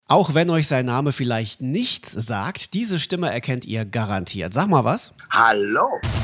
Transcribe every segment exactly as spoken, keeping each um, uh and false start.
Auch wenn euch sein Name vielleicht nichts sagt, diese Stimme erkennt ihr garantiert. Sag mal was. Hallo.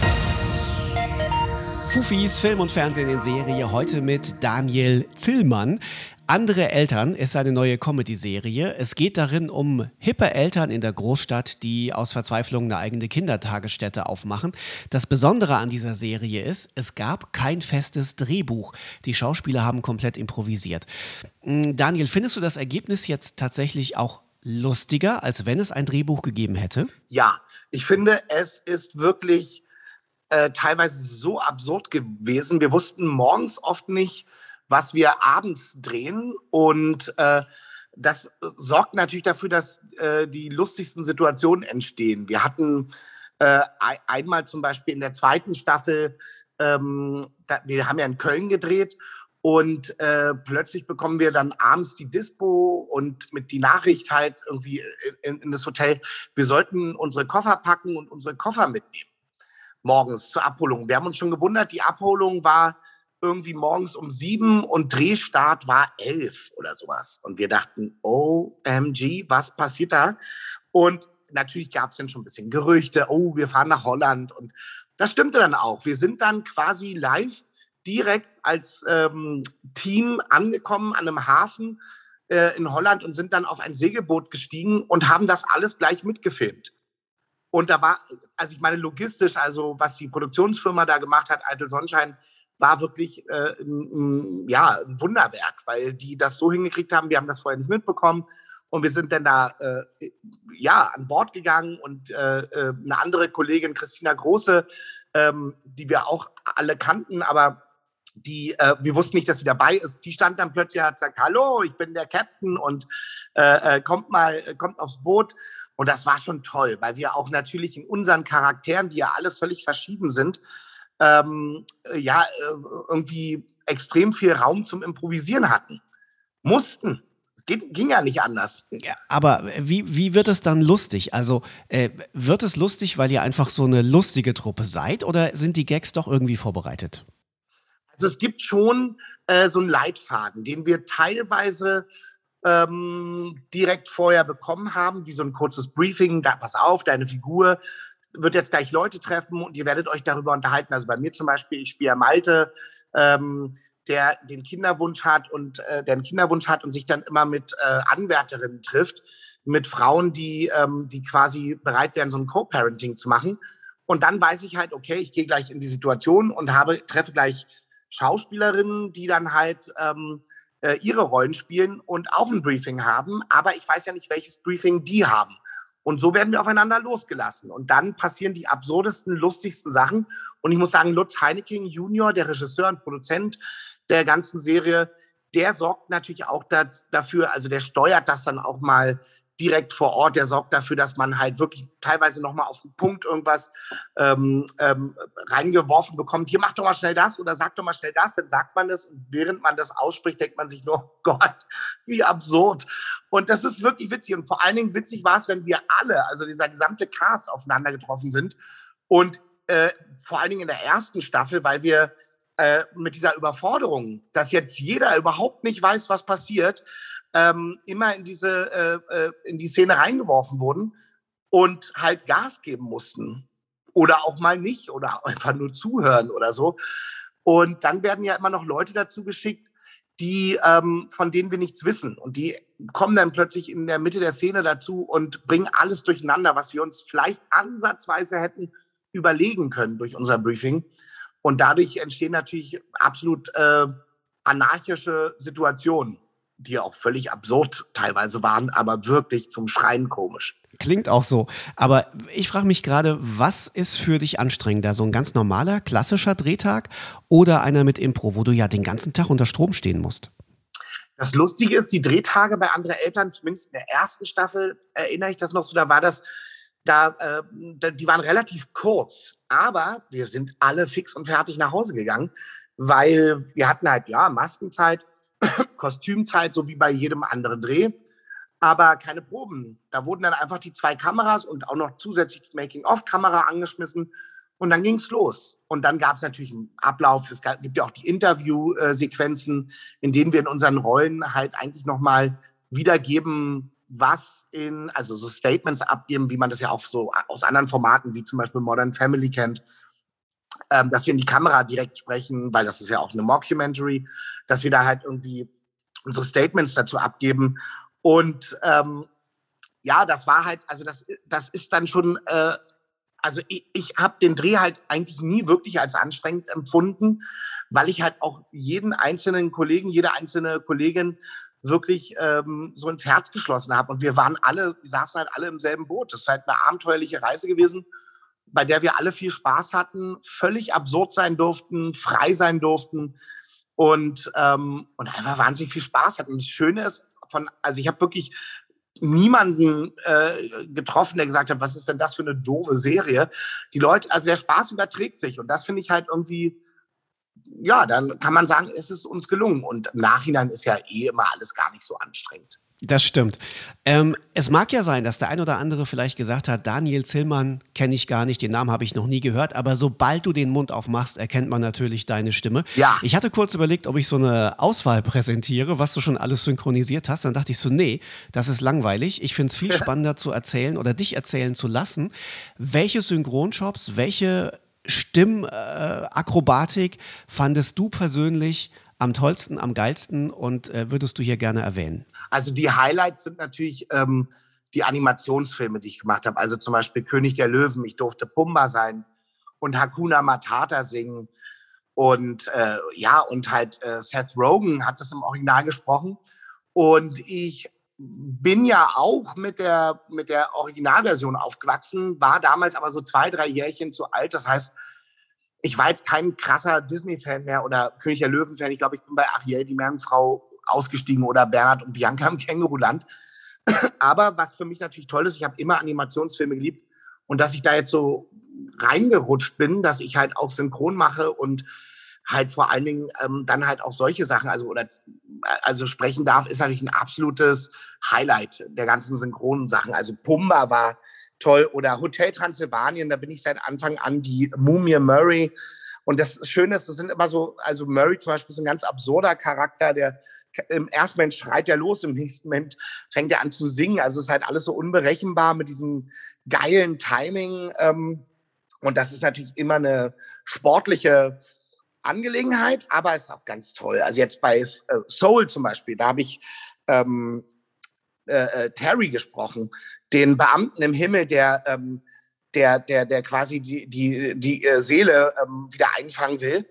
Fufis Film und Fernsehen in Serie, heute mit Daniel Zillmann. Andere Eltern ist eine neue Comedy-Serie. Es geht darin um hippe Eltern in der Großstadt, die aus Verzweiflung eine eigene Kindertagesstätte aufmachen. Das Besondere an dieser Serie ist, es gab kein festes Drehbuch. Die Schauspieler haben komplett improvisiert. Daniel, findest du das Ergebnis jetzt tatsächlich auch lustiger, als wenn es ein Drehbuch gegeben hätte? Ja, ich finde, es ist wirklich äh, teilweise so absurd gewesen. Wir wussten morgens oft nicht, was wir abends drehen, und äh, das sorgt natürlich dafür, dass äh, die lustigsten Situationen entstehen. Wir hatten äh, ein, einmal zum Beispiel in der zweiten Staffel, ähm, da, wir haben ja in Köln gedreht, und äh, plötzlich bekommen wir dann abends die Dispo und mit die Nachricht halt irgendwie in, in das Hotel, wir sollten unsere Koffer packen und unsere Koffer mitnehmen, morgens zur Abholung. Wir haben uns schon gewundert, die Abholung war irgendwie morgens um sieben und Drehstart war elf oder sowas. Und wir dachten, O M G, was passiert da? Und natürlich gab es dann schon ein bisschen Gerüchte, oh, wir fahren nach Holland. Und das stimmte dann auch. Wir sind dann quasi live direkt als ähm, Team angekommen an einem Hafen äh, in Holland und sind dann auf ein Segelboot gestiegen und haben das alles gleich mitgefilmt. Und da war, also ich meine logistisch, also was die Produktionsfirma da gemacht hat, Eitel Sonnenschein, war wirklich äh, ein, ja, ein Wunderwerk, weil die das so hingekriegt haben, wir haben das vorher nicht mitbekommen, und wir sind dann da äh, ja, an Bord gegangen, und äh, eine andere Kollegin, Christina Große, ähm, die wir auch alle kannten, aber die, äh, wir wussten nicht, dass sie dabei ist, die stand dann plötzlich und hat gesagt, hallo, ich bin der Captain und äh, kommt mal, kommt aufs Boot. Und das war schon toll, weil wir auch natürlich in unseren Charakteren, die ja alle völlig verschieden sind, Ähm, ja, äh, irgendwie extrem viel Raum zum Improvisieren hatten. Mussten. Geht, ging ja nicht anders. Ja, aber wie, wie wird es dann lustig? Also äh, wird es lustig, weil ihr einfach so eine lustige Truppe seid, oder sind die Gags doch irgendwie vorbereitet? Also es gibt schon äh, so einen Leitfaden, den wir teilweise ähm, direkt vorher bekommen haben, wie so ein kurzes Briefing. Da, pass auf, deine Figur wird jetzt gleich Leute treffen und ihr werdet euch darüber unterhalten. Also bei mir zum Beispiel, ich spiele Malte, ähm, der den Kinderwunsch hat und äh, der einen Kinderwunsch hat und sich dann immer mit äh, Anwärterinnen trifft, mit Frauen, die, ähm, die quasi bereit wären, so ein Co-Parenting zu machen. Und dann weiß ich halt, okay, ich gehe gleich in die Situation und habe, treffe gleich Schauspielerinnen, die dann halt ähm, äh, ihre Rollen spielen und auch ein Briefing haben. Aber ich weiß ja nicht, welches Briefing die haben. Und so werden wir aufeinander losgelassen. Und dann passieren die absurdesten, lustigsten Sachen. Und ich muss sagen, Lutz Heineking Junior, der Regisseur und Produzent der ganzen Serie, der sorgt natürlich auch dat, dafür, also der steuert das dann auch mal direkt vor Ort. Der sorgt dafür, dass man halt wirklich teilweise nochmal auf den Punkt irgendwas ähm, ähm, reingeworfen bekommt. Hier, mach doch mal schnell das oder sag doch mal schnell das. Dann sagt man das, und während man das ausspricht, denkt man sich nur, oh Gott, wie absurd. Und das ist wirklich witzig. Und vor allen Dingen witzig war es, wenn wir alle, also dieser gesamte Cast, aufeinander getroffen sind. Und äh, vor allen Dingen in der ersten Staffel, weil wir äh, mit dieser Überforderung, dass jetzt jeder überhaupt nicht weiß, was passiert, ähm, immer in diese äh, in die Szene reingeworfen wurden und halt Gas geben mussten. Oder auch mal nicht oder einfach nur zuhören oder so. Und dann werden ja immer noch Leute dazu geschickt, die, ähm, von denen wir nichts wissen. Und die kommen dann plötzlich in der Mitte der Szene dazu und bringen alles durcheinander, was wir uns vielleicht ansatzweise hätten überlegen können durch unser Briefing. Und dadurch entstehen natürlich absolut äh, anarchische Situationen, die auch völlig absurd teilweise waren, aber wirklich zum Schreien komisch. Klingt auch so. Aber ich frage mich gerade, was ist für dich anstrengender? So ein ganz normaler, klassischer Drehtag oder einer mit Impro, wo du ja den ganzen Tag unter Strom stehen musst? Das Lustige ist, die Drehtage bei Andere Eltern, zumindest in der ersten Staffel, erinnere ich das noch so, da war das, da, äh, die waren relativ kurz. Aber wir sind alle fix und fertig nach Hause gegangen, weil wir hatten halt, ja, Maskenzeit, Kostümzeit, so wie bei jedem anderen Dreh, aber keine Proben. Da wurden dann einfach die zwei Kameras und auch noch zusätzlich die Making-of-Kamera angeschmissen, und dann ging's los. Und dann gab es natürlich einen Ablauf. Es gibt ja auch die Interviewsequenzen, in denen wir in unseren Rollen halt eigentlich nochmal wiedergeben, was in, also so Statements abgeben, wie man das ja auch so aus anderen Formaten, wie zum Beispiel Modern Family kennt, ähm, dass wir in die Kamera direkt sprechen, weil das ist ja auch eine Mockumentary, dass wir da halt irgendwie unsere Statements dazu abgeben. Und ähm, ja, das war halt, also das, das ist dann schon, äh, also ich, ich habe den Dreh halt eigentlich nie wirklich als anstrengend empfunden, weil ich halt auch jeden einzelnen Kollegen, jede einzelne Kollegin wirklich ähm, so ins Herz geschlossen habe. Und wir waren alle, wir saßen halt alle im selben Boot. Das ist halt eine abenteuerliche Reise gewesen, bei der wir alle viel Spaß hatten, völlig absurd sein durften, frei sein durften und, ähm, und einfach wahnsinnig viel Spaß hatten. Und das Schöne ist, von, also ich habe wirklich niemanden äh, getroffen, der gesagt hat, was ist denn das für eine doofe Serie? Die Leute, also der Spaß überträgt sich und das finde ich halt irgendwie, ja, dann kann man sagen, es ist uns gelungen und im Nachhinein ist ja eh immer alles gar nicht so anstrengend. Das stimmt. Ähm, es mag ja sein, dass der ein oder andere vielleicht gesagt hat, Daniel Zillmann kenne ich gar nicht, den Namen habe ich noch nie gehört, aber sobald du den Mund aufmachst, erkennt man natürlich deine Stimme. Ja. Ich hatte kurz überlegt, ob ich so eine Auswahl präsentiere, was du schon alles synchronisiert hast. Dann dachte ich so, nee, das ist langweilig. Ich finde es viel spannender zu erzählen oder dich erzählen zu lassen. Welche Synchronjobs, welche Stimmakrobatik äh, fandest du persönlich am tollsten, am geilsten und äh, würdest du hier gerne erwähnen? Also die Highlights sind natürlich ähm, die Animationsfilme, die ich gemacht habe. Also zum Beispiel König der Löwen. Ich durfte Pumba sein und Hakuna Matata singen. Und äh, ja, und halt äh, Seth Rogen hat das im Original gesprochen. Und ich bin ja auch mit der, mit der Originalversion aufgewachsen, war damals aber so zwei, drei Jährchen zu alt. Das heißt, ich war jetzt kein krasser Disney-Fan mehr oder König der Löwen-Fan. Ich glaube, ich bin bei Ariel, die Meerjungfrau, ausgestiegen oder Bernhard und Bianca im Känguruland. Aber was für mich natürlich toll ist, ich habe immer Animationsfilme geliebt und dass ich da jetzt so reingerutscht bin, dass ich halt auch synchron mache und halt vor allen Dingen ähm, dann halt auch solche Sachen, also oder also sprechen darf, ist natürlich ein absolutes Highlight der ganzen synchronen Sachen. Also Pumba war toll oder Hotel Transsilvanien, da bin ich seit Anfang an die Mumie Murray. Und das Schöne ist, das sind immer so, also Murray zum Beispiel ist ein ganz absurder Charakter, der im ersten Moment schreit er los, im nächsten Moment fängt er an zu singen. Also es ist halt alles so unberechenbar mit diesem geilen Timing. Ähm, und das ist natürlich immer eine sportliche Angelegenheit, aber es ist auch ganz toll. Also jetzt bei äh, Soul zum Beispiel, da habe ich ähm, äh, Terry gesprochen, den Beamten im Himmel, der, ähm, der, der, der quasi die, die, die äh, Seele ähm, wieder einfangen will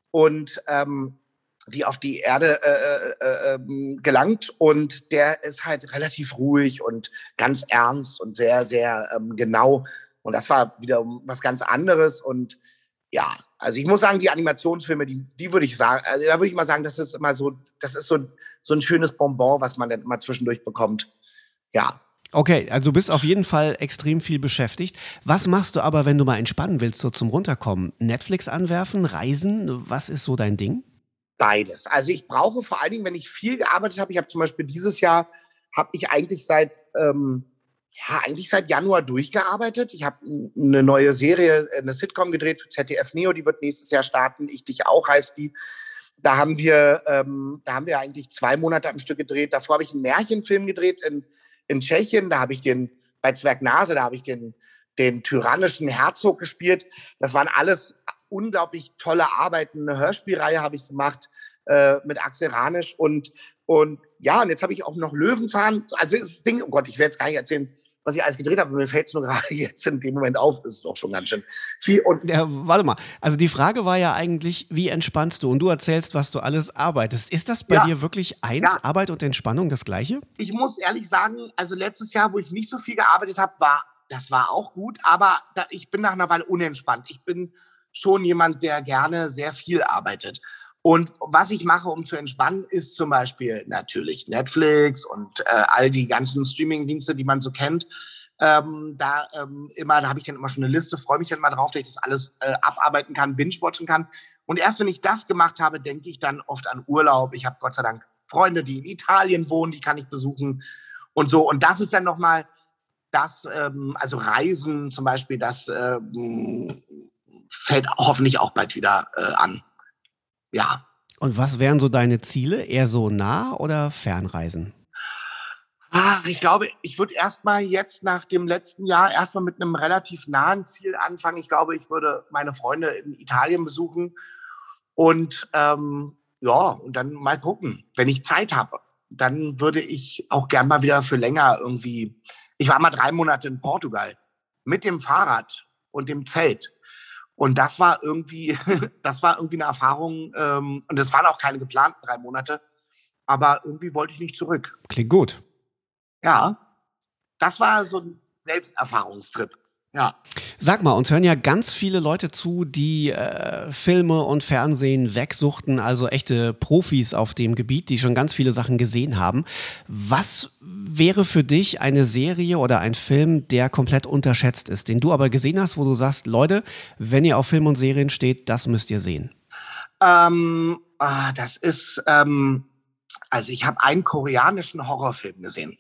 und ähm, die auf die Erde äh, äh, äh, gelangt. Und der ist halt relativ ruhig und ganz ernst und sehr, sehr ähm, genau. Und das war wieder was ganz anderes. Und ja, also ich muss sagen, die Animationsfilme, die, die würde ich sagen, also da würde ich mal sagen, das ist immer so, das ist so, so ein schönes Bonbon, was man dann immer zwischendurch bekommt. Ja. Okay, also du bist auf jeden Fall extrem viel beschäftigt. Was machst du aber, wenn du mal entspannen willst, so zum Runterkommen? Netflix anwerfen, reisen? Was ist so dein Ding? Beides. Also ich brauche vor allen Dingen, wenn ich viel gearbeitet habe, ich habe zum Beispiel dieses Jahr, habe ich eigentlich seit, ähm, ja, eigentlich seit Januar durchgearbeitet. Ich habe eine neue Serie, eine Sitcom gedreht für Z D F Neo, die wird nächstes Jahr starten. Ich dich auch heißt die. Da haben wir, ähm, da haben wir eigentlich zwei Monate am Stück gedreht. Davor habe ich einen Märchenfilm gedreht in, in Tschechien. Da habe ich den, bei Zwergnase, da habe ich den, den tyrannischen Herzog gespielt. Das waren alles unglaublich tolle Arbeiten. Eine Hörspielreihe habe ich gemacht äh, mit Axel Ranisch und, und ja, und jetzt habe ich auch noch Löwenzahn. Also das Ding, oh Gott, ich werde jetzt gar nicht erzählen, was ich alles gedreht habe. Mir fällt es nur gerade jetzt in dem Moment auf. Das ist doch schon ganz schön viel. Und ja, warte mal, also die Frage war ja eigentlich, wie entspannst du? Und du erzählst, was du alles arbeitest. Ist das bei ja, dir wirklich eins, ja. Arbeit und Entspannung das Gleiche? Ich muss ehrlich sagen, also letztes Jahr, wo ich nicht so viel gearbeitet habe, war, das war auch gut, aber da, ich bin nach einer Weile unentspannt. Ich bin schon jemand, der gerne sehr viel arbeitet. Und was ich mache, um zu entspannen, ist zum Beispiel natürlich Netflix und äh, all die ganzen Streaming-Dienste, die man so kennt. Ähm, da ähm, immer, da habe ich dann immer schon eine Liste, freue mich dann mal drauf, dass ich das alles äh, abarbeiten kann, binge-watchen kann. Und erst wenn ich das gemacht habe, denke ich dann oft an Urlaub. Ich habe Gott sei Dank Freunde, die in Italien wohnen, die kann ich besuchen und so. Und das ist dann nochmal das, ähm, also Reisen zum Beispiel, das ähm, fällt hoffentlich auch bald wieder äh, an. Ja. Und was wären so deine Ziele? Eher so nah oder Fernreisen? Ach, ich glaube, ich würde erstmal jetzt nach dem letzten Jahr erstmal mit einem relativ nahen Ziel anfangen. Ich glaube, ich würde meine Freunde in Italien besuchen und ähm, ja, und dann mal gucken, wenn ich Zeit habe. Dann würde ich auch gern mal wieder für länger irgendwie. Ich war mal drei Monate in Portugal mit dem Fahrrad und dem Zelt. Und das war irgendwie, das war irgendwie eine Erfahrung. Ähm, und es waren auch keine geplanten drei Monate. Aber irgendwie wollte ich nicht zurück. Klingt gut. Ja, das war so ein Selbsterfahrungstrip. Ja. Sag mal, uns hören ja ganz viele Leute zu, die äh, Filme und Fernsehen wegsuchten, also echte Profis auf dem Gebiet, die schon ganz viele Sachen gesehen haben. Was wäre für dich eine Serie oder ein Film, der komplett unterschätzt ist, den du aber gesehen hast, wo du sagst, Leute, wenn ihr auf Film und Serien steht, das müsst ihr sehen? Ähm, ah, das ist, ähm, also ich habe einen koreanischen Horrorfilm gesehen.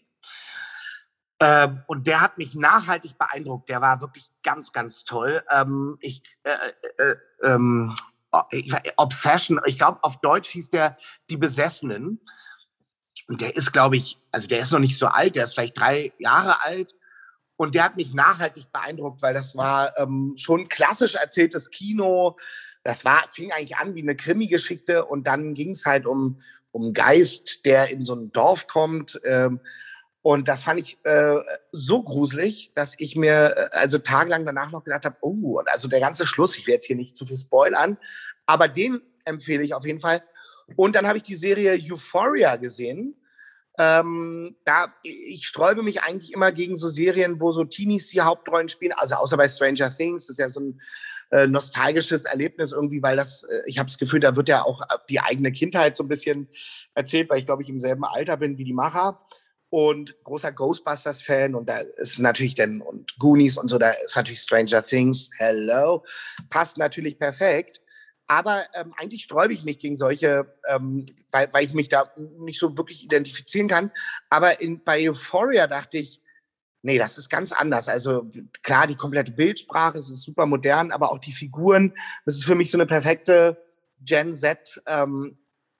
Ähm, und der hat mich nachhaltig beeindruckt. Der war wirklich ganz, ganz toll. Ähm, ich, äh, äh, ähm, ich, Obsession, ich glaube, auf Deutsch hieß der Die Besessenen. Und der ist, glaube ich, also der ist noch nicht so alt, der ist vielleicht drei Jahre alt. Und der hat mich nachhaltig beeindruckt, weil das war ähm, schon klassisch erzähltes Kino. Das war, fing eigentlich an wie eine Krimi-Geschichte und dann ging es halt um, um einen Geist, der in so ein Dorf kommt. Ähm, Und das fand ich äh, so gruselig, dass ich mir äh, also tagelang danach noch gedacht habe, oh, und also der ganze Schluss, ich will jetzt hier nicht zu viel spoilern, aber den empfehle ich auf jeden Fall. Und dann habe ich die Serie Euphoria gesehen. Ähm, da, ich sträube mich eigentlich immer gegen so Serien, wo so Teenies die Hauptrollen spielen, also außer bei Stranger Things, das ist ja so ein äh, nostalgisches Erlebnis irgendwie, weil das, äh, ich habe das Gefühl, da wird ja auch die eigene Kindheit so ein bisschen erzählt, weil ich glaube, ich im selben Alter bin wie die Macher. Und großer Ghostbusters-Fan und da ist natürlich dann, und Goonies und so, da ist natürlich Stranger Things, hello, passt natürlich perfekt. Aber ähm, eigentlich sträube ich mich gegen solche, ähm, weil, weil ich mich da nicht so wirklich identifizieren kann. Aber in, bei Euphoria dachte ich, nee, das ist ganz anders. Also klar, die komplette Bildsprache, es ist super modern, aber auch die Figuren, das ist für mich so eine perfekte Gen Z ähm,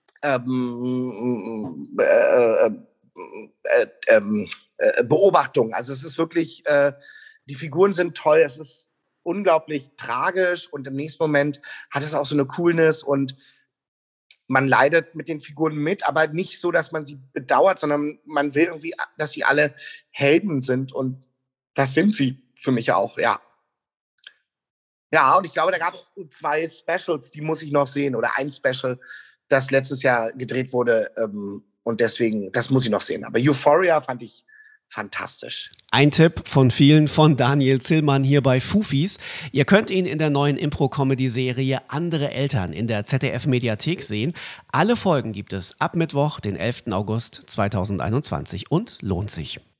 ähm, äh, äh, Äh, ähm, äh, Beobachtung. Also es ist wirklich, äh, die Figuren sind toll, es ist unglaublich tragisch und im nächsten Moment hat es auch so eine Coolness und man leidet mit den Figuren mit, aber nicht so, dass man sie bedauert, sondern man will irgendwie, dass sie alle Helden sind und das sind sie für mich auch, ja. Ja, und ich glaube, da gab es zwei Specials, die muss ich noch sehen oder ein Special, das letztes Jahr gedreht wurde, ähm, und deswegen, das muss ich noch sehen. Aber Euphoria fand ich fantastisch. Ein Tipp von vielen von Daniel Zillmann hier bei Fufis. Ihr könnt ihn in der neuen Impro-Comedy-Serie Andere Eltern in der Z D F-Mediathek sehen. Alle Folgen gibt es ab Mittwoch, den elften August zweitausendeinundzwanzig und lohnt sich.